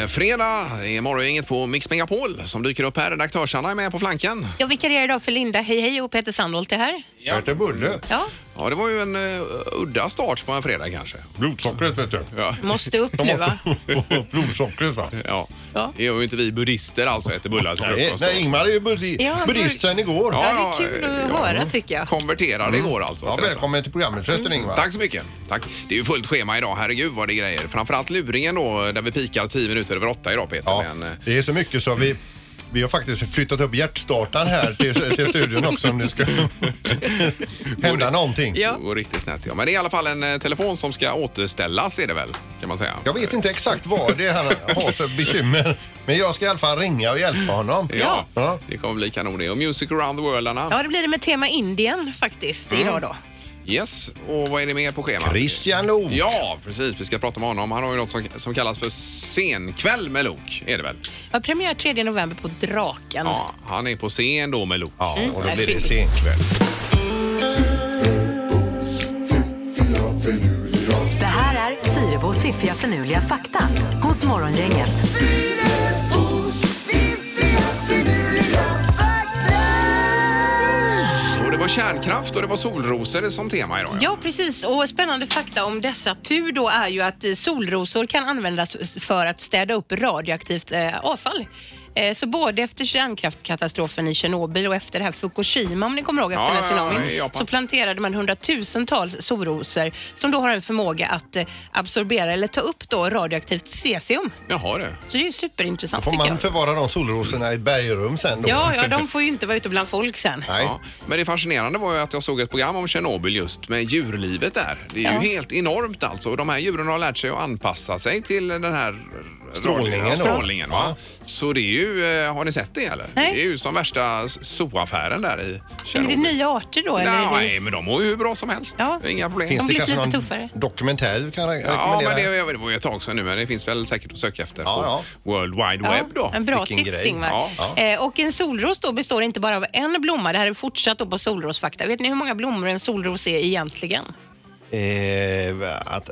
Fredag är morgongänget på Mix Megapol som dyker upp här. Redaktörsarna är med på flanken. Jag vikarierar idag för Linda. Hej och Peter Sandholt är här. Jag heter Bulle. Ja, det var ju en udda start på en fredag kanske. Blodsockret vet du. Ja. Måste upp nu va? Blodsockret va? Ja. Ja. Det gör ju inte vi buddhister alltså, äter bullar till frukost. Nej, Ingmar är ju buddhist sen igår. Ja, det är kul att höra tycker jag. Konverterade igår alltså. Ja, välkommen till programmet förresten Ingmar. Tack så mycket. Tack. Det är ju fullt schema idag, herregud vad det är grejer. Framförallt luringen då, där vi pikar 10 minuter över 8 idag Peter. Ja, men, det är så mycket så vi har faktiskt flyttat upp hjärtstartaren här till studion också om det ska hända någonting. Det går riktigt snett, ja. Men det är i alla fall en telefon som ska återställas är det väl, kan man säga. Jag vet inte exakt vad det är han har för bekymmer. Men jag ska i alla fall ringa och hjälpa honom. Ja. Det kommer bli kanon det. Och Music around the world, Anna. Ja, det blir det med tema Indien faktiskt idag då. Yes, och vad är det mer på schemat? Christian Lok. Ja, precis. Vi ska prata med honom. Han har ju något som kallas för scenkväll med Lok, är det väl? Ja, premiär 3 november på Draken. Ja, han är på scen då med Lok. Ja, och då det blir det fint. scenkväll. Det här är Fyrebos fiffiga förnuliga fakta hos Morgongänget. Och det var kärnkraft och det var solrosor som tema idag. Ja, precis. Och spännande fakta om dessa tur då är ju att solrosor kan användas för att städa upp radioaktivt avfall. Så både efter kärnkraftkatastrofen i Tjernobyl och efter det här Fukushima, om ni kommer ihåg, efter den här tsunamin, så planterade man 100,000-tals solrosor som då har en förmåga att absorbera eller ta upp då radioaktivt cesium. Jaha det. Så det är ju superintressant Får tycker man jag. förvara de solrosorna i bergrum sen då? Ja, de får ju inte vara ute bland folk sen. Nej. Ja, men det fascinerande var ju att jag såg ett program om Tjernobyl just med djurlivet där. Det är ju helt enormt alltså. De här djuren har lärt sig att anpassa sig till den här strålningen va? Så det är ju, har ni sett det eller? Nej. Det är ju som värsta zooaffären där i Är Tjernobyl. det nya arter då? Eller Nej, men de mår ju hur bra som helst. Ja. Inga problem. Finns De det blir kanske lite någon tuffare. dokumentär du kan Ja, rekommendera? men det var ju ett tag sedan nu, men det finns väl säkert att söka efter Ja, på World Wide Web då. En bra Vilken tips grej. Ingvar. Ja. Och en solros då består inte bara av en blomma. Det här är fortsatt då på solrosfakta. Vet ni hur många blommor en solros är egentligen? Men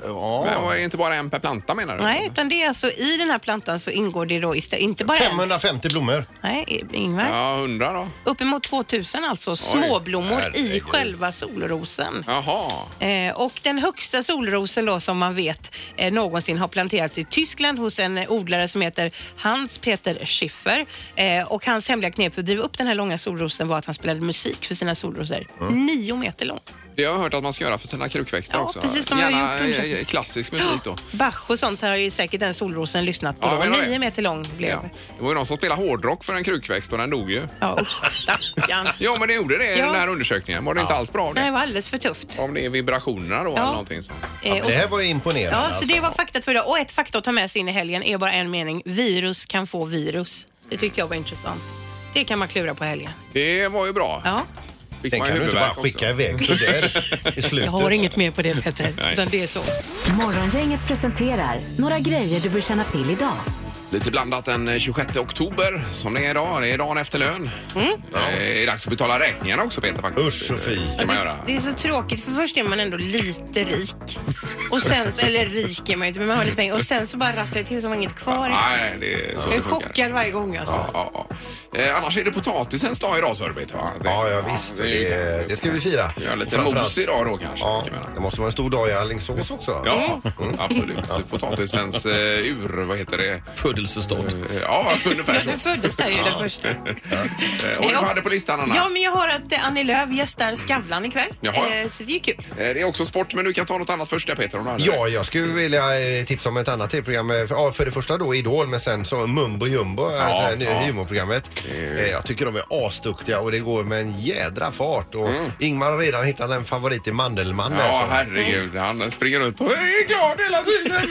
var det inte bara en per planta menar du? Nej, utan det är alltså i den här plantan så ingår det då inte bara en. 550 blommor. Nej, Ingvar. Ja, 100 då. Uppemot 2000 alltså småblommor i herregud. själva solrosen. Jaha. Och den högsta solrosen då som man vet någonsin har planterats i Tyskland hos en odlare som heter Hans-Peter Schiffer. Och hans hemliga knep för att driva upp den här långa solrosen var att han spelade musik för sina solrosor. 9 meter lång. Det har jag hört att man ska göra för sina krukväxter Ja, också. precis, de har Gärna klassisk musik då. Bach och sånt har ju säkert den solrosen lyssnat på. Ja, Och jag menar det. 9 meter lång blev Ja. Det var ju någon som spelade hårdrock för en krukväxt och den dog ju. Ja, usch, stackarn. Ja, men det gjorde det i Ja. den här undersökningen. Var det inte alls bra av Nej, det det? var alldeles för tufft. Om det är vibrationerna då eller någonting sånt. Men Och det här var ju imponerande. ja, så det var faktat för idag. Och ett fakta att ta med sig in i helgen är bara en mening. Virus kan få virus. Det tyckte jag var intressant. Det kan man klura på helgen. Det var ju bra. Ja. Fick Den man kan du inte bara huvudvärk skicka också. iväg så där i slutet. Jag har inget mer på det, Peter. Nej. Utan det är så. Morgongänget presenterar några grejer du bör känna till idag. Lite blandat den 26 oktober som det är idag. Det är dagen efter lön. Det är dags att betala räkningarna också Peter faktiskt. Usch och fy. Ska man göra. Det är så tråkigt. För först är man ändå lite rik. Och sen så, eller rik är man inte, men man har lite pengar. Och sen så bara rasslar det till så man inget kvar. Nej, det är så Jag det är funkar. chockad varje gång alltså. Ja. Annars är det potatisens dag idag Sörbet va? Ja, visst. Det ska vi fira. Gör lite Framförallt- mos idag då kanske. Ja, kan man göra. det måste vara en stor dag i Alingsås också. Ja, absolut. Potatisens vad heter det? Födelsestad. Ja, ungefär så. Du föddes där ju den första. Och du hade på listan Anna? Ja, men jag har att Annie Lööf gästar Skavlan ikväll. Jaha. Så det är ju kul. Det är också sport, men du kan ta något annat först där Peter om du hade det. Ja, jag skulle vilja tipsa om ett annat tv-program. För det första då Idol, men sen så Mumbo Jumbo, humorprogrammet. Jag tycker de är asduktiga och det går med en jädra fart. Och Ingmar har redan hittat en favorit i Mandelmann. där, Ja, så. herregud. Han springer runt och är glad hela tiden.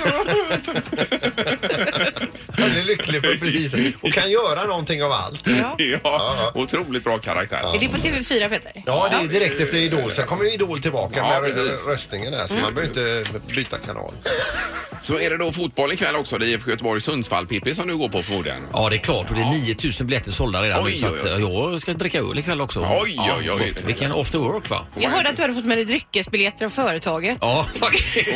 Han är lycklig för precis och kan göra någonting av allt. Ja, otroligt bra karaktär. Är det på TV4, Peter? Ja, det är direkt efter Idol. Sen kommer ju Idol tillbaka Ja, med precis. röstningen där, så man behöver inte byta kanal. Så är det då fotboll ikväll också. Det är IFK Göteborg Sundsvall, Pippi, som du går på förmodligen. Ja, det är klart. Och det är 9000 biljetter sålda redan. Oj, så att jag ska dricka öl ikväll också. Oj. Vilken after work, va? Jag hörde att du hade fått med dig dryckesbiljetter av företaget. Ja, faktiskt.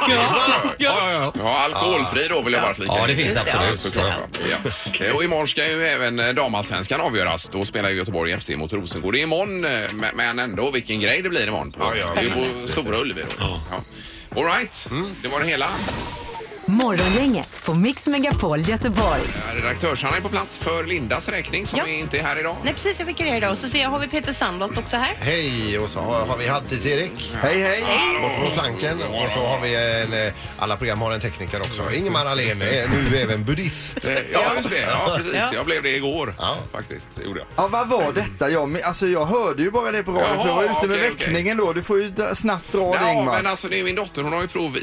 Ja, alkoholfri då vill jag bara flika. Ja, det finns absolut. Såklart. Ja. Och imorgon ska ju även damallsvenskan avgöras. Då spelar ju Göteborg FC mot Rosengård. Det är imorgon, men ändå vilken grej det blir imorgon. Det är på Stora Ullevi då. All right, det var det hela. Morgongänget på Mix Megapol Göteborg. Redaktörsarna är på plats för Lindas räkning som inte är här idag. Nej, precis, jag fick det idag. Så har vi Peter Sandholt också här. Hej, och så har vi Halvtids-Erik. Hej. Bort från flanken. Och så har vi alla program har en tekniker också. Ingemar Ahlén är nu även buddhist. Ja, just det. Ja, precis. Jag blev det igår faktiskt. Det gjorde jag. Ja, vad var detta? Jag hörde ju bara det på radio för jag var ute med räkningen då. Du får ju snabbt dra det, Ingmar. Men alltså det är min dotter, hon har ju prov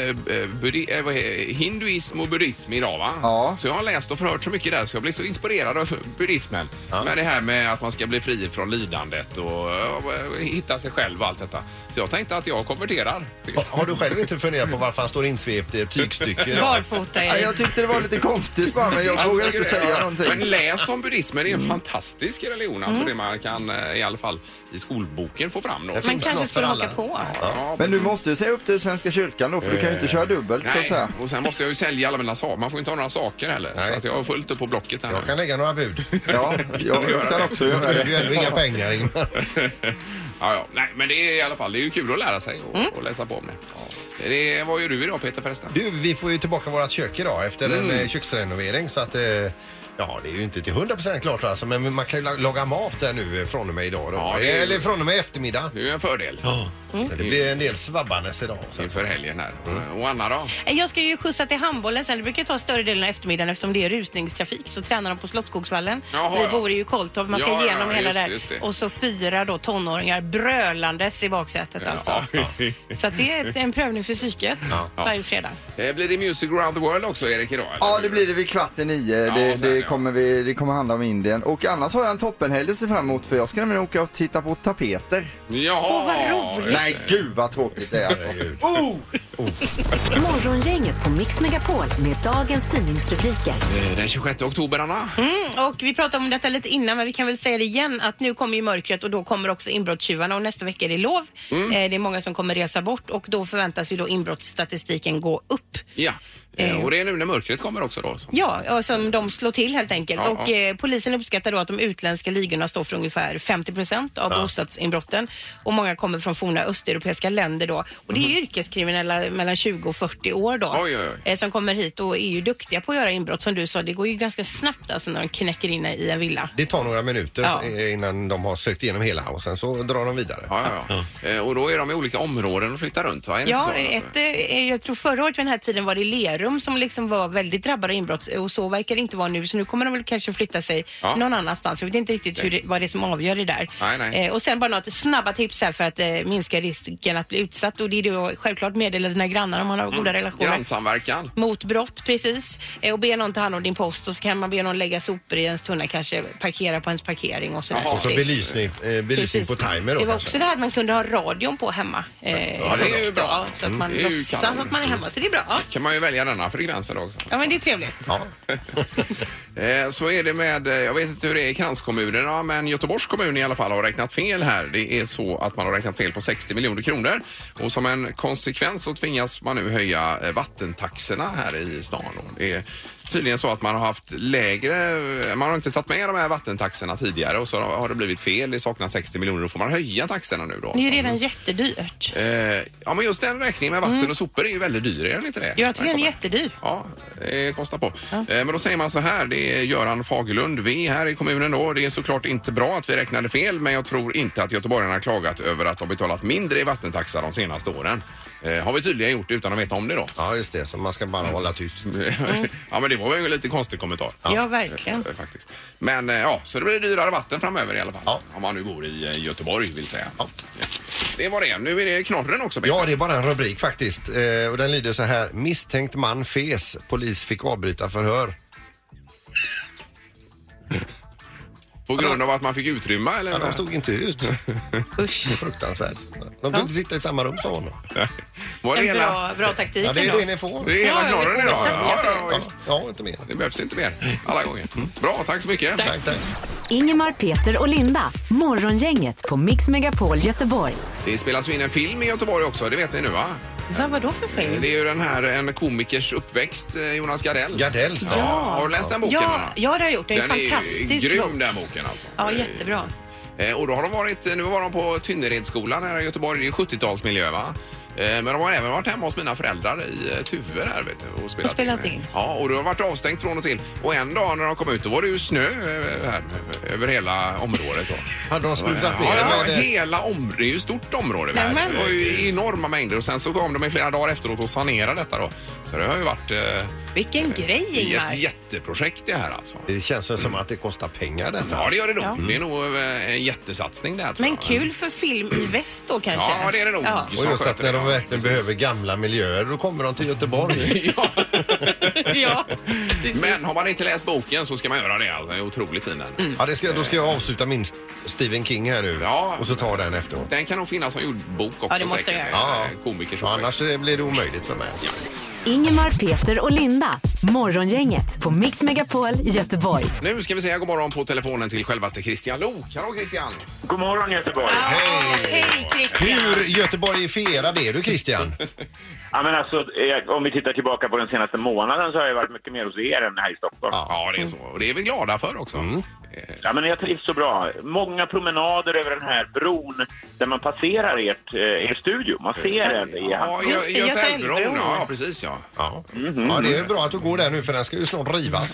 i hinduism och buddhism idag, va? Ja. Så jag har läst och förhört så mycket där så jag blir så inspirerad av buddhismen. Med det här med att man ska bli fri från lidandet och hitta sig själv och allt detta. Så jag tänkte att jag konverterar. Har du själv inte funderat på varför han står insvept i ett tygstycke? Barfota. Jag tyckte det var lite konstigt bara, men jag vågar inte säga någonting. Men läs om buddhismen, det är en fantastisk religion. Alltså det man kan i alla fall i skolboken få fram. Man kanske skulle haka på. Ja, men du måste ju säga upp till Svenska kyrkan då, för du kan ju inte köra dubbelt. Nej, så att säga. Och sen måste jag ju sälja alla mina saker. Man får inte ha några saker heller. Så att jag har fullt upp på blocket här. Jag kan lägga några bud. Ja, jag kan också göra det. Du har ändå inga pengar, Ingmar. Nej, men det är i alla fall, det är ju kul att lära sig och läsa på om det. Vad gör du idag, Peter, förresten? Du, vi får ju tillbaka vårat kök idag efter en köksrenovering, så att ja, det är ju inte till 100% klart alltså, men man kan ju laga mat där nu från och med idag då. Ja, eller från och med eftermiddag. Det är ju en fördel. Så det blir en del svabbandes idag. Inför helgen här. Och Anna då? Jag ska ju skjutsa till handbollen sen. Det brukar ta större delen av eftermiddagen eftersom det är rusningstrafik. Så tränar de på Slottsskogsvallen. Vi bor ju i Kolltorp. Man ska igenom hela där. Och så 4 då tonåringar brölandes i baksätet alltså. Så att det är en prövning för psyket varje fredag. Blir det Music Around the World också, Erik, idag? Eller? Ja, det blir det vid 8:15. Det kommer handla om Indien. Och annars har jag en toppenhelg att se fram emot, för jag ska nämligen åka och titta på tapeter. Ja, vad roligt. Nej, gud vad tråkigt det är. Morgongänget på Mix Megapol med dagens tidningsrubriker. Den 26 oktober, Anna. Och vi pratade om detta lite innan, men vi kan väl säga det igen att nu kommer ju mörkret och då kommer också inbrottstjuvarna och nästa vecka är det lov. Det är många som kommer resa bort och då förväntas ju då inbrottsstatistiken gå upp. Ja. Och det är nu när mörkret kommer också då? Ja, och som de slår till helt enkelt. Och polisen uppskattar då att de utländska ligorna står för ungefär 50% av bostadsinbrotten. Och många kommer från forna östeuropeiska länder då. Och det är yrkeskriminella mellan 20 och 40 år då. Som kommer hit och är ju duktiga på att göra inbrott. Som du sa, det går ju ganska snabbt alltså när de knäcker in i en villa. Det tar några minuter innan de har sökt igenom hela och sen så drar de vidare. Och då är de i olika områden och flyttar runt, va? Jag tror förra året vid den här tiden var det Lerum som liksom var väldigt drabbade av inbrott och så verkar det inte vara nu, så nu kommer de väl kanske flytta sig någon annanstans. Jag vet inte riktigt vad det är som avgör det där. Nej. Och sen bara något snabba tips här för att minska risken att bli utsatt, och det är då självklart meddela dina grannar om man har goda relationer. Grannsamverkan. Mot brott, precis. Och be någon ta hand om din post och så kan man be någon lägga sopor i ens tunna, kanske parkera på ens parkering och sådär. Och så belysning på timer då. Det var också det här att man kunde ha radion på hemma. Det är ju bra. Så att man låtsas att man är hemma, så det är bra. Kan man ju välja denna frekvensen också. Ja, men det är trevligt. Ja. Så är det med, jag vet inte hur det är i kranskommunerna, men Göteborgs kommun i alla fall har räknat fel här. Det är så att man har räknat fel på 60 miljoner kronor. Och som en konsekvens så tvingas man nu höja vattentaxorna här i stan. Det är tydligen så att man har haft man har inte tagit med de här vattentaxorna tidigare och så har det blivit fel. Det saknas 60 miljoner, då får man höja taxorna nu då. Det är redan jättedyrt. Ja, men just den räkningen med vatten och sopor är ju väldigt dyr, är den inte det? Jag tycker den är jättedyr. Ja, det kostar på. Men då säger man så här, det är Göran Fagerlund, vi här i kommunen då. Det är såklart inte bra att vi räknade fel, men jag tror inte att göteborgarna har klagat över att de betalat mindre i vattentaxa de senaste åren. Har vi tydligen gjort utan att veta om det då. Ja, just det. Så man ska bara hålla tyst. Ja, men det var ju en lite konstig kommentar. Ja, verkligen. Faktiskt. Men så det blir dyrare vatten framöver i alla fall. Ja. Om man nu bor i Göteborg, vill säga. Ja. Det var det. Nu är det knorren också. Ja, det är bara en rubrik faktiskt. Och den lyder så här: misstänkt man fes. Polis fick avbryta förhör. På grund av att man fick utrymma eller? Ja, de stod inte ut. Usch. Fruktansvärt. De kunde inte sitta i samma rum, sa hon. Var det En hela? bra taktik. Ja, det är ändå. det ni får. Det är hela Ja, knorren vi får idag. tacka Ja, visst. Ja, inte mer. Det behövs inte mer alla gånger. Bra, tack så mycket. Tack. Ingemar, Peter och Linda. Morgongänget på Mix Megapol Göteborg. Det spelas ju in en film i Göteborg också, det vet ni nu va? Vad då för film? Det är ju den här En komikers uppväxt, Jonas Gardell. Gardells. Ja, har du läst den boken? Ja, va? ja, det har jag gjort. Det är en fantastisk är grym bok. den boken alltså. Ja, jättebra. Och då har de varit, nu var de på Tynneredsskolan här i Göteborg, det är 70-talsmiljö va? Men de har även varit hemma hos mina föräldrar i Tuve här vet du, och spelat in. Ja, och det har varit avstängt från och till. Och en dag när de kom ut då var det ju snö här, över hela området då. Hade de sprutat ner? Ja, med hela det är ju ett stort område där. Nämen. Det var ju enorma mängder och sen så kom de i flera dagar efteråt och sanerade detta då. Så det har ju varit Vilken grej, Ingmar. ett jätteprojekt det här alltså. Det känns som att det kostar pengar detta. Ja, det gör det nog. Ja. Det är nog en jättesatsning det här tror Men jag. kul för film i väst då kanske? Ja, det är det nog. Ja. Och just att när de verkligen behöver gamla miljöer, då kommer de till Göteborg. Ja, precis. Men har man inte läst boken så ska man göra det. Alltså. Det är otroligt fin den. Ja, då ska jag avsluta min Stephen King här nu. Ja. Och så ta den efteråt. Den kan nog finnas som ljudbok också. Ja, det måste säkert. det göra. Komikers Så annars blir det omöjligt för mig. Ingemar, Peter och Linda. Morgongänget på Mix Megapol Göteborg. Nu ska vi säga god morgon på telefonen till självaste Christian Lok. Hallå Christian! God morgon Göteborg. Hej Christian. Hur göteborgifierad är du, Christian? Ja, men alltså, om vi tittar tillbaka på den senaste månaden så har jag varit mycket mer hos er än här i Stockholm. Ja, det är så. Och det är vi glada för också. Ja, men jag trivs så bra. Många promenader över den här bron där man passerar er studio. Man ser den i Ja, Just det, Göta Göta älvbron. älvbron. Ja, precis ja. Ja. Ja, det är bra att du går där nu för den ska ju snart rivas.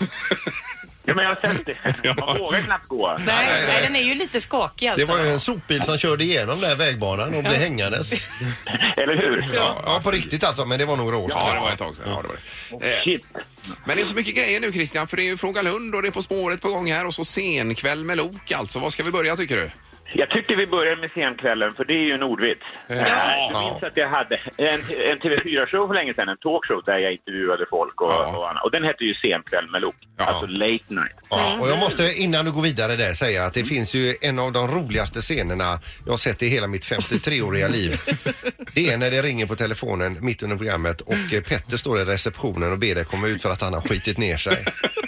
Ja, men jag har sett det. Man vågar knappt gå. Nej, den är ju lite skakig alltså. Det var ju en sopbil som körde igenom den här vägbanan och blev hängandes. Eller hur? Ja, på riktigt alltså, men det var några år sedan. Ja, det var ett tag sedan. Ja, det var det. Shit. Men det är så mycket grejer nu Christian, för det är ju Fråga Lund och det är På spåret på gång här och så scenkväll med Lok alltså. Vad ska vi börja tycker du? Jag tyckte vi börjar med scenkvällen, för det är ju en ordvits. Jag minns att jag hade en TV4-show för länge sedan, en talkshow där jag intervjuade folk och annat. Och den hette ju Scenkväll med Lok, alltså Late Night. Ja, och jag måste innan du går vidare där säga att det finns ju en av de roligaste scenerna jag har sett i hela mitt 53-åriga liv. Det är när det ringer på telefonen mitt under programmet och Petter står i receptionen och ber dig komma ut för att han har skitit ner sig.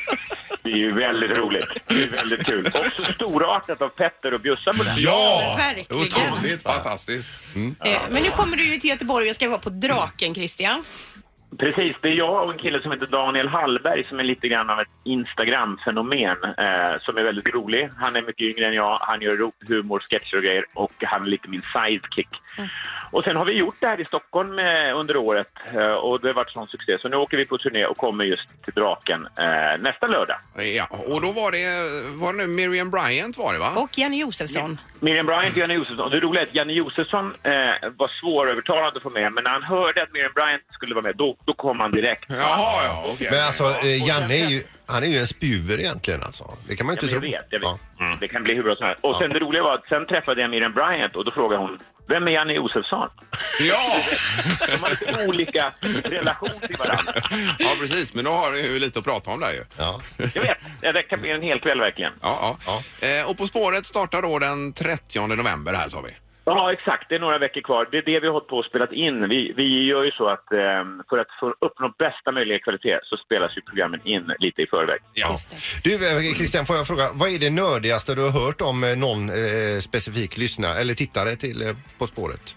Det är ju väldigt roligt. Det är väldigt kul. Också storartat av Petter och bjussa på den. Ja, verkligen. otroligt fantastiskt. Men nu kommer du ju till Göteborg och ska vara på Draken, Christian. Precis, det är jag och en kille som heter Daniel Hallberg som är lite grann av ett Instagram-fenomen som är väldigt rolig. Han är mycket yngre än jag, han gör humor, sketcher och grejer och han är lite min sidekick. Och sen har vi gjort det här i Stockholm under året och det har varit sån succé. Så nu åker vi på turné och kommer just till Draken nästa lördag. Ja, och då var det nu Miriam Bryant var det va? Och Janne Josefsson. Miriam Bryant och Janne Josefsson. Det roliga är att Janne Josefsson var svårövertalande att få med, men när han hörde att Miriam Bryant skulle vara med, då kom han direkt. Jaha, ja, okej. Men alltså, Janne är ju, han är ju en spjuver egentligen alltså. Det kan man ju inte Jag tro. vet. Ja. Det kan bli hur bra som helst. Och sen det roliga var att sen träffade jag Miriam Bryant och då frågade hon, vem är Janne Josefsson? Ja! De har lite olika relation till varandra. Ja, precis. Men då har vi ju lite att prata om där ju. Ja. Jag vet, det kan bli en hel kväll verkligen. Ja. Och På spåret startar då den 30 november här sa vi. Ja, exakt. Det är några veckor kvar. Det är det vi har hållit på att spela in. Vi gör ju så att för att få uppnå bästa möjliga kvalitet så spelas ju programmen in lite i förväg. Ja. Just det. Du Christian, får jag fråga, vad är det nördigaste du har hört om någon specifik lyssnare eller tittare till På spåret?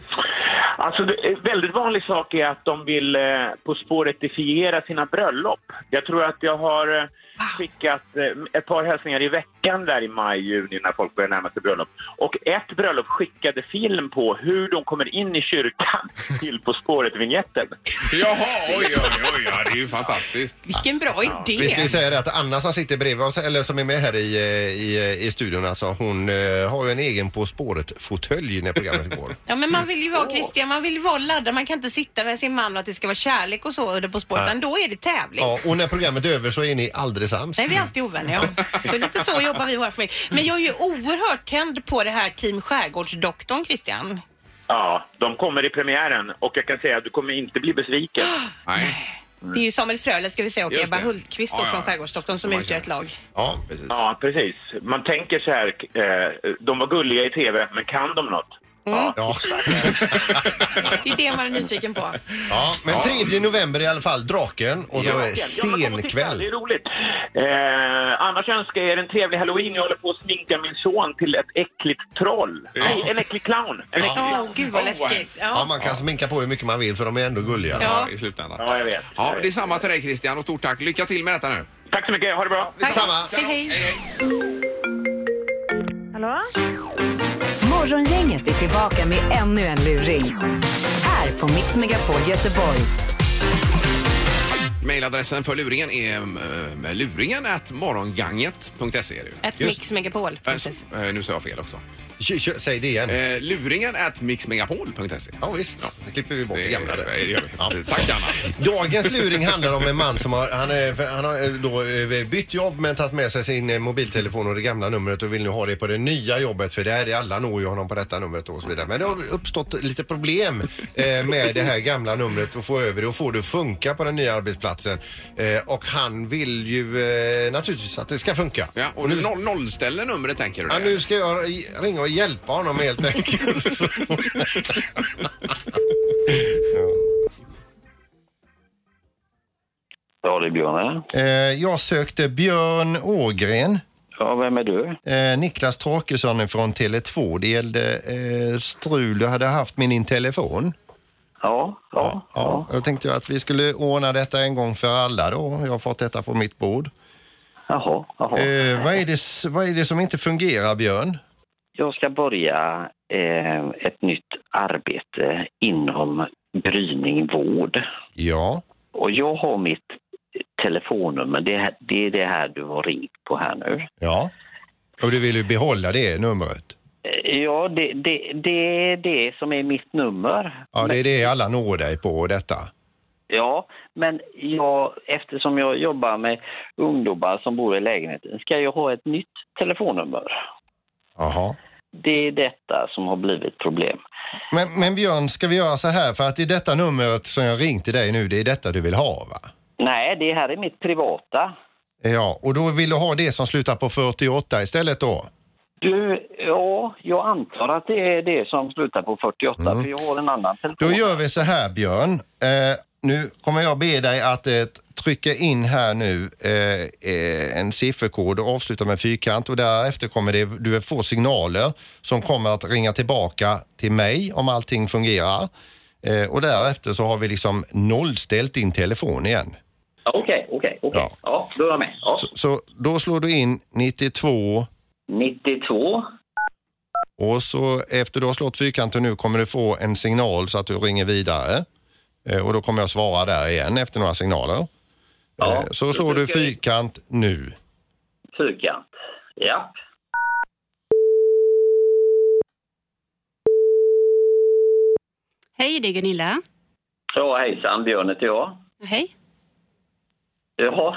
Alltså, en väldigt vanlig sak är att de vill på spåretifiera sina bröllop. Jag tror att jag har skickat ett par hälsningar i veckan där i maj, juni när folk börjar närma sig bröllop. Och ett bröllop skickade film på hur de kommer in i kyrkan till På spåret-vignetten. Jaha, oj, ja, det är ju fantastiskt. Vilken bra idé. Vi ska ju säga det att Anna som sitter bredvid oss, eller som är med här i studion alltså, hon har ju en egen På spåret-fåtölj när programmet går. Ja, men man vill ju vara Christian, man vill vara laddad. Man kan inte sitta med sin man och att det ska vara kärlek och så under På spåret, utan då är det tävling. Ja, och när programmet är över så är ni aldrig sams. Nej, vi är alltid ovänner, ja. Så lite så jobbar vi i vår familj. Men jag är ju oerhört tänd på det här Team Skärgårdsdoktorn, Christian. Ja, de kommer i premiären och jag kan säga att du kommer inte bli besviken. Nej. Det är ju Samuel Fröler ska vi säga och Just Ebba det. Hultqvist då, från Skärgårdsstockholm som utgör ett lag. Ja, precis. Ja, precis. Man tänker så här, de var gulliga i tv, men kan de något? Ja. Det är det man är nyfiken på. Ja, men 3 november i alla fall, Draken och så är det Ja, men kom och titta, senkväll. det är roligt. Annars önskar jag er en trevlig halloween. Jag håller på att sminka min son till ett äckligt troll. Nej, en äcklig clown. En äcklig clown. Gud vad läskigt. Ja, man kan sminka på hur mycket man vill för de är ändå gulliga. Ja, i slutändan. Ja, jag vet. Ja, det är samma till dig Christian och stort tack. Lycka till med detta nu. Tack så mycket, ha det bra. Samma. Hej, hej. Hallå? Morgongänget är tillbaka med ännu en luring. Här på Mix Megapol Göteborg. Mailadressen för luringen är luringen@morgonganget.se. @mixmegapol. Nu sa jag fel också. Säg det igen. Luringen@mixmegapol.se. Ja visst, det klipper vi bort det gamla där. Det gör vi. Ja. Tack Anna. Dagens luring handlar om en man som han har då bytt jobb men tagit med sig sin mobiltelefon och det gamla numret och vill nu ha det på det nya jobbet för där är alla når ju honom på detta numret och så vidare. Men det har uppstått lite problem med det här gamla numret och få över det och få det att funka på den nya arbetsplatsen. Och han vill ju naturligtvis att det ska funka. Ja, och nu nollställer numret tänker du det? Ja, nu ska jag ringa och hjälpa honom helt enkelt. Ja, det är Björn här. Jag sökte Björn Ågren. Ja, vem är du? Niklas Tråkesson från Tele2. Det gällde strul du hade haft med din telefon. Ja. Jag tänkte att vi skulle ordna detta en gång för alla då. Jag har fått detta på mitt bord. Jaha. Vad är det som inte fungerar, Björn? Jag ska börja ett nytt arbete inom Bryning vård. Ja. Och jag har mitt telefonnummer. Det är det här du har ringt på här nu. Ja. Och du vill ju behålla det numret? Ja, det är det som är mitt nummer. Ja, det är det alla når dig på detta. Ja, men eftersom jag jobbar med ungdomar som bor i lägenheten ska jag ha ett nytt telefonnummer. Jaha. Det är detta som har blivit problem. Men Björn, ska vi göra så här för att det är detta numret som jag ringt till dig nu, det är detta du vill ha, va? Nej, det här är mitt privata. Ja, och då vill du ha det som slutar på 48 istället då? Jag antar att det är det som slutar på 48 för jag har en annan telefon. Då gör vi så här, Björn. Nu kommer jag be dig att trycka in här nu en sifferkod och avsluta med fyrkant och därefter kommer du få signaler som kommer att ringa tillbaka till mig om allting fungerar. Och därefter så har vi liksom nollställt din telefon igen. Okej. Ja, då är jag med. Ja. Så då slår du in 92. Och så efter du har slått fyrkanten nu kommer du få en signal så att du ringer vidare. Och då kommer jag svara där igen efter några signaler. Ja, så slår du fyrkant nu. Fyrkant, ja. Hej, det är Gunilla. Ja, hejsan, Björn heter jag. Hej. Ja.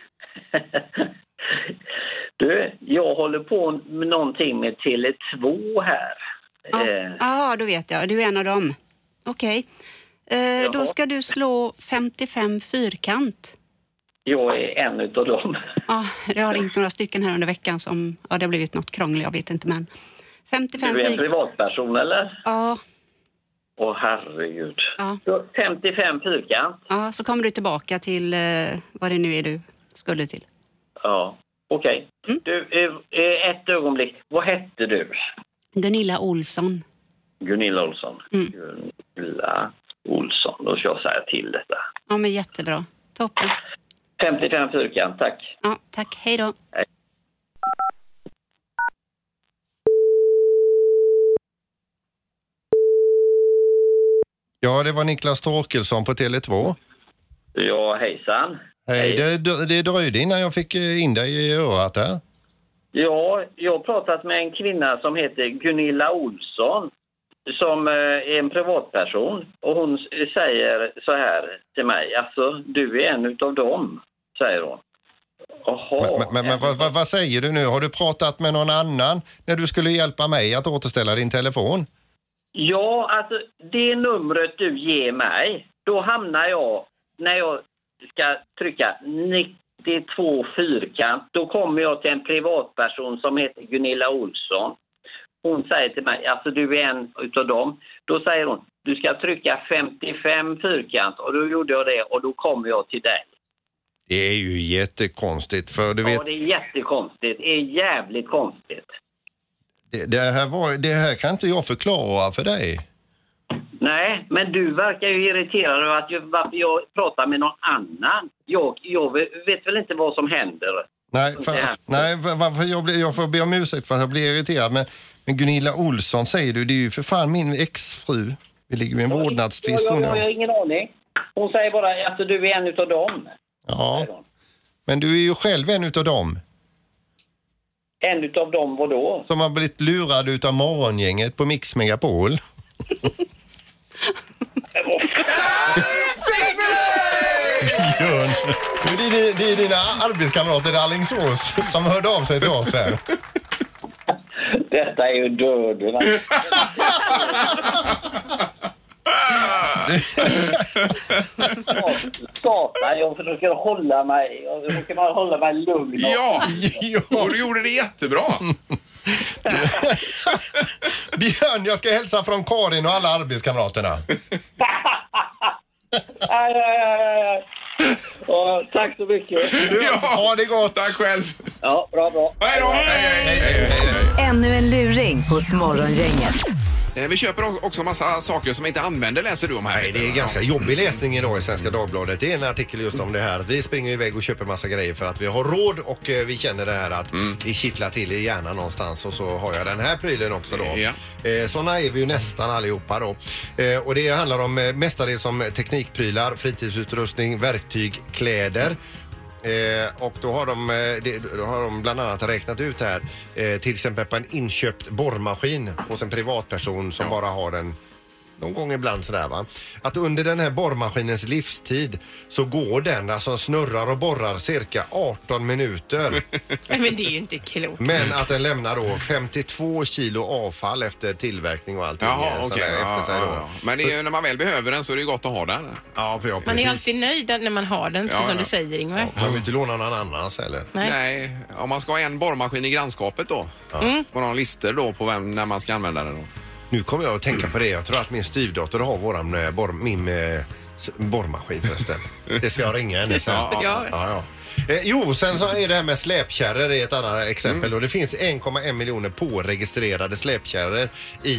Du, jag håller på med någonting med Tele2 här. Ja, då vet jag. Du är en av dem. Okej. Då ska du slå 55 fyrkant. Jag är en utav dem. Ja, jag har ringt några stycken här under veckan som... Ja, det har blivit något krångligt, jag vet inte, men... 55 du är en privatperson, eller? Ja. Åh, herregud. Ja. 55 fyrkant. Ja, så kommer du tillbaka till vad det nu är du skulle till. Ja, okej. Du, ett ögonblick. Vad hette du? Gunilla Olsson. Gunilla Olsson. Gunilla Olsson. Då ska jag säga till detta. Ja, men jättebra. Toppen. 55 fyrkant, tack. Ja, tack. Hej då. Hej. Ja, det var Niklas Torkelsson på Tele2. Ja, hejsan. Hej. Det dröjde innan jag fick in dig i örat där. Ja, jag har pratat med en kvinna som heter Gunilla Olsson som är en privatperson och hon säger så här till mig, alltså du är en utav dem, säger hon. Men vad säger du nu? Har du pratat med någon annan när du skulle hjälpa mig att återställa din telefon? Ja, alltså det numret du ger mig, då hamnar jag, när jag ska trycka 92 fyrkant, då kommer jag till en privatperson som heter Gunilla Olsson. Hon säger till mig, alltså du är en utav dem. Då säger hon, du ska trycka 55 fyrkant, och då gjorde jag det, och då kommer jag till dig. Det är ju jättekonstigt, för du vet... Ja, det är jättekonstigt. Det är jävligt konstigt. Det här kan inte jag förklara för dig. Nej, men du verkar ju irriterad över att varför jag pratar med någon annan. Jag vet väl inte vad som händer. Varför jag får be om ursäkt för att jag blir irriterad. Men Gunilla Olsson säger du, det är ju för fan min exfru. Vi ligger ju i en vårdnadstvist. Jag har ingen aning. Hon säger bara att du är en utav dem. Ja, men du är ju själv en utav dem. En utav dem, vadå? Som har blivit lurad utav morgongänget på Mix Megapol. Det är dina arbetskamrater i Alingsås som hörde av sig till oss här. Detta är ju döden. Satan, jag försöker hålla mig lugn. Ja, och du gjorde det jättebra. Björn, jag ska hälsa från Karin och alla arbetskamraterna. Tack så mycket. Ha det gott. Tack själv. Ja, bra. Hej då. Ännu en luring hos Morgongänget. Vi köper också massa saker som vi inte använder, läser du om här. Nej, det är ganska jobbig läsning idag i Svenska Dagbladet. Det är en artikel just om det här. Vi springer iväg och köper massa grejer för att vi har råd, och vi känner det här att vi kittlar till i hjärnan någonstans, och så har jag den här prylen också då. Ja. Såna är vi ju nästan allihopa då. Och det handlar om mestadels om teknikprylar, fritidsutrustning, verktyg, kläder. Och då har de bland annat räknat ut här till exempel på en inköpt borrmaskin hos en privatperson som bara har en någon gång ibland sådär va. Att under den här borrmaskinens livstid så går den, alltså snurrar och borrar cirka 18 minuter. Men det är ju inte klokt. Men att den lämnar då 52 kilo avfall efter tillverkning och allting. Jaha, okej. Efter sig då. Men det är ju, när man väl behöver den så är det gott att ha den. Ja, precis. Man är alltid nöjd när man har den, precis som du säger, Ingvar. Man behöver inte låna någon annans heller. Nej, om man ska ha en borrmaskin i grannskapet då. På någon lister då på när man ska använda den då. Nu kommer jag att tänka på det. Jag tror att min styvdotter har min borrmaskin förresten. Det ska jag ringa henne sen. Ja. Jo, sen så är det här med släpkärror är ett annat exempel. Och det finns 1,1 miljoner påregistrerade släpkärror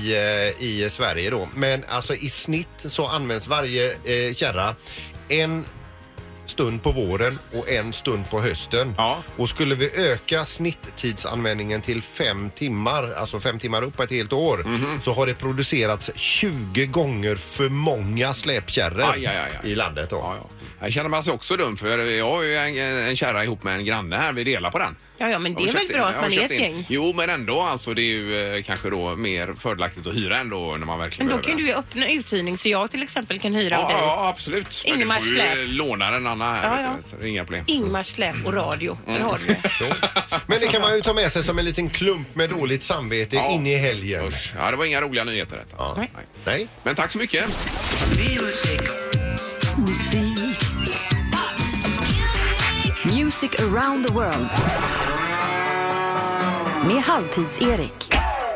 i Sverige då. Men alltså i snitt så används varje kärra en stund på våren och en stund på hösten. Ja. Och skulle vi öka snitttidsanvändningen till 5 timmar, alltså 5 timmar upp ett helt år, så har det producerats 20 gånger för många släpkärror i landet då. Ja. Jag känner mig alltså också dum, för jag har ju en kärra ihop med en granne här, vi delar på den. Ja, men det är väl bra att man är ett gäng. Jo, men ändå, alltså det är ju kanske då mer fördelaktigt att hyra ändå när man verkligen behöver. Men då kan du ju öppna uthyrning så jag till exempel kan hyra av dig. Ja, absolut. Ingmars släp. Men du får ju låna en annan här, så det är inga problem. Ingmars släp och radio, har du det. Men det kan man ju ta med sig som en liten klump med dåligt samvete in i helgen. Usch. Ja, det var inga roliga nyheter detta. Ja. Nej. Men tack så mycket. Music around the world. Med Halvtids-Erik.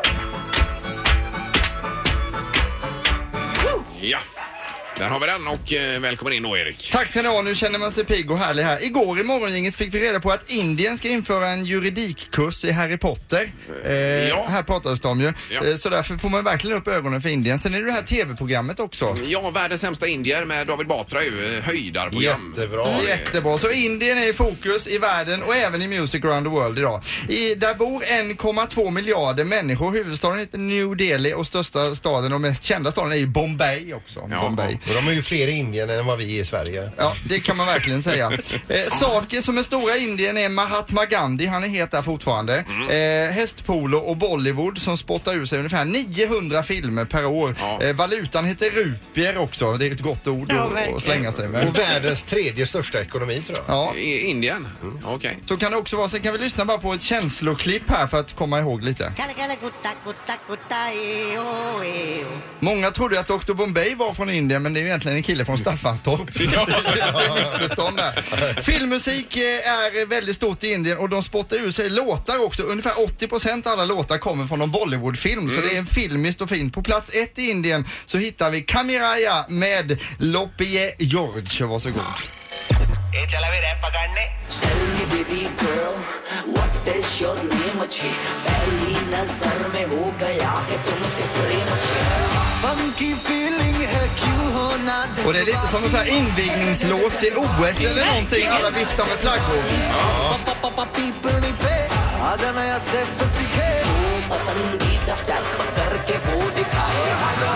Ja. Där har vi den, och välkommen in då, Erik. Tack ska ni ha, nu känner man sig pigg och härlig här. Igår i morgongänget fick vi reda på att Indien ska införa en juridikkurs i Harry Potter. Här pratades det om ju. Ja. Så därför får man verkligen upp ögonen för Indien. Sen är det här tv-programmet också. Ja, världens sämsta indier med David Batra ju, höjdarprogram. Jättebra. Så Indien är i fokus i världen och även i Music around the world idag. Där bor 1,2 miljarder människor. Huvudstaden heter New Delhi och största staden och mest kända staden är ju Bombay också. Ja. Bombay. Och de är ju fler i Indien än vad vi är i Sverige. Ja, det kan man verkligen säga. Saker som är stora i Indien är Mahatma Gandhi, han är het där fortfarande. Hästpolo och Bollywood som spottar ur sig ungefär 900 filmer per år. Ja. Valutan heter rupier också, det är ett gott ord att slänga sig med. Och världens 3:e största ekonomi tror jag. Ja. I Indien? Okej. Så kan det också vara, så kan vi lyssna bara på ett känsloklipp här för att komma ihåg lite. Många trodde att Dr. Bombay var från Indien, men men det är ju egentligen en kille från Staffanstorp. Missförstånd där. Filmmusik är väldigt stort i Indien och de spottar ur sig låtar också. Ungefär 80% av alla låtar kommer från någon Bollywoodfilm, så det är en filmiskt och fint. På plats 1 i Indien så hittar vi Kamiraya med Lopie George. Varsågod. चला भी रैप पकड़ने Tell me baby girl what is your name अच्छे पहली नजर में हो गया है तुमसे प्रेम अच्छे funky feeling है क्यों होना Och det är lite som en sån här invigningslåt till OS eller någonting. Alla viftar med flaggor. पीपनी पे आजा नया स्टेप सीखे पसंदीदा स्टेप करके वो दिखाए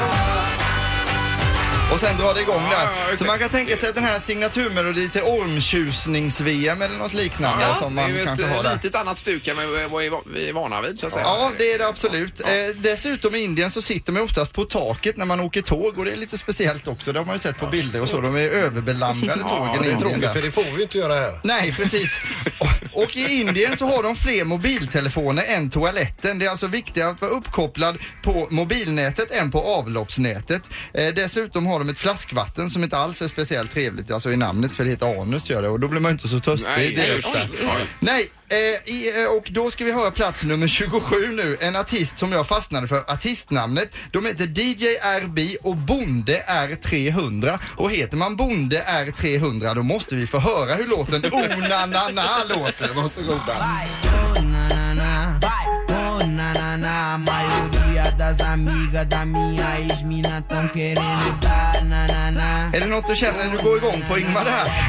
Och sen drar det igång där. Så man kan tänka sig att den här signaturmelodin till ormtjusnings-VM eller något liknande som man kanske har där. Det är ju ett litet annat stuk än vad vi är vana vid, så att säga. Ja, det är det absolut. Dessutom i Indien så sitter man oftast på taket när man åker tåg och det är lite speciellt också. Det har man ju sett på bilder och så. De är överbelamrade tågen i Indien. För det får vi inte göra här. Nej, precis. Och i Indien så har de fler mobiltelefoner än toaletten. Det är alltså viktigare att vara uppkopplad på mobilnätet än på avloppsnätet. Dessutom har de ett flaskvatten som inte alls är speciellt trevligt, alltså i namnet, för det heter anus gör det, och då blir man inte så törstig. Nej, och då ska vi höra plats nummer 27 nu. En artist som jag fastnade för artistnamnet. De heter DJ RB och Bonde R300. Och heter man Bonde R300 då måste vi få höra hur låten Oh na na na låter. Varsågoda. Är det något du känner när du går igång på Ingmar det här?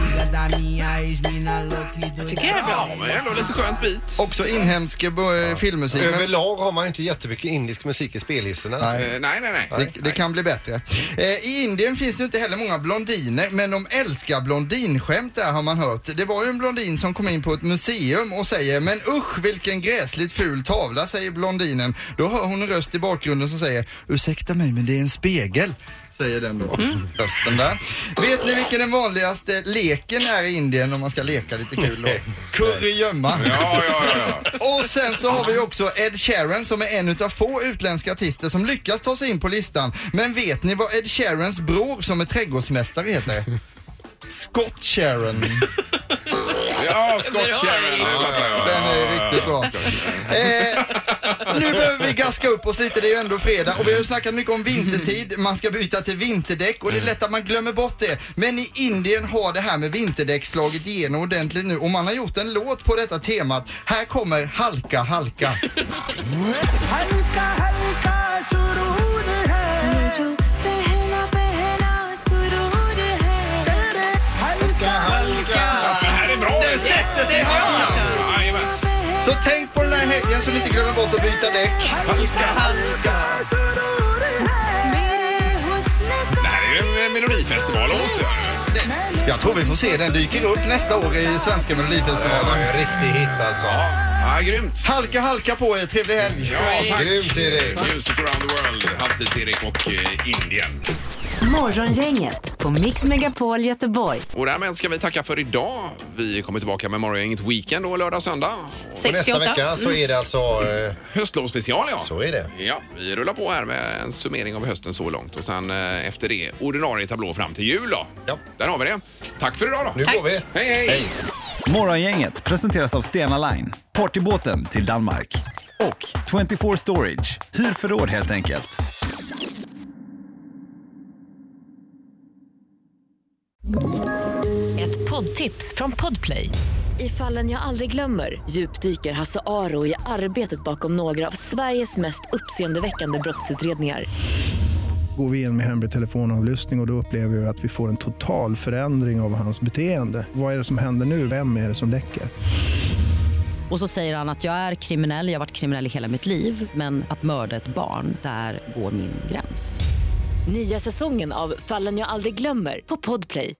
Jag tycker det är bra. Ja, men det är ändå lite skönt bit. Också inhemsk filmmusik. Överlag har man inte jättemycket indisk musik i spellistorna. Nej. Det kan bli bättre. I Indien finns det inte heller många blondiner, men de älskar blondinskämt där har man hört. Det var ju en blondin som kom in på ett museum och säger men usch vilken gräsligt ful tavla, säger blondinen. Då hör hon en röst i bakgrunden som säger ursäkta mig men det är en spegel. Säger den då. Rösten där. Vet ni vilken den vanligaste leken är i Indien om man ska leka lite kul då? Kurragömma. Ja. Och sen så har vi också Ed Sheeran som är en utav få utländska artister som lyckas ta sig in på listan. Men vet ni vad Ed Sheerans bror som är trädgårdsmästare heter? Scott Sheeran. Ja, Scott Sheeran. Den är riktigt bra. Nu behöver vi gaska upp oss lite, det är ju ändå fredag. Och vi har ju snackat mycket om vintertid. Man ska byta till vinterdäck och det är lätt att man glömmer bort det. Men i Indien har det här med vinterdäck slagit igenom ordentligt nu. Och man har gjort en låt på detta temat. Här kommer Halka Halka. Halka halka surur hai jo pehla pehla surur hai halka halka. Det här är bra. Det sätter sig här. Så tänk på den här helgen så ni inte glömmer bort att byta däck. Halka halka. Det här är ju en melodifestival-låt. Jag tror vi får se den dyker upp nästa år i svenska melodifestivalen. Det är en riktig hit alltså. Ja, grymt. Halka halka på er, trevlig helg. Ja, tack. Grymt Erik. Music around the world. Halvtids-Erik och Indien. Morgongänget på Mix Megapol Göteborg. Och därmed ska vi tacka för idag. Vi kommer tillbaka med Morgongänget weekend och lördag och söndag. Och nästa vecka så är det alltså... höstlovsspecial, ja. Så är det. Ja, vi rullar på här med en summering av hösten så långt. Och sen efter det, ordinarie tablå fram till jul då. Ja. Där har vi det. Tack för idag då. Nu går vi. Hej. Morgongänget presenteras av Stena Line, partybåten till Danmark. Och 24 Storage, hyr förråd helt enkelt. Ett poddtips från Podplay. I Fallen jag aldrig glömmer djupdyker Hasse Aro i arbetet bakom några av Sveriges mest uppseendeväckande brottsutredningar. Går vi in med hemlig telefonavlyssning och då upplever vi att vi får en total förändring av hans beteende. Vad är det som händer nu? Vem är det som läcker? Och så säger han att jag är kriminell, jag har varit kriminell i hela mitt liv. Men att mörda ett barn, där går min gräns. Nya säsongen av Fallen jag aldrig glömmer på Podplay.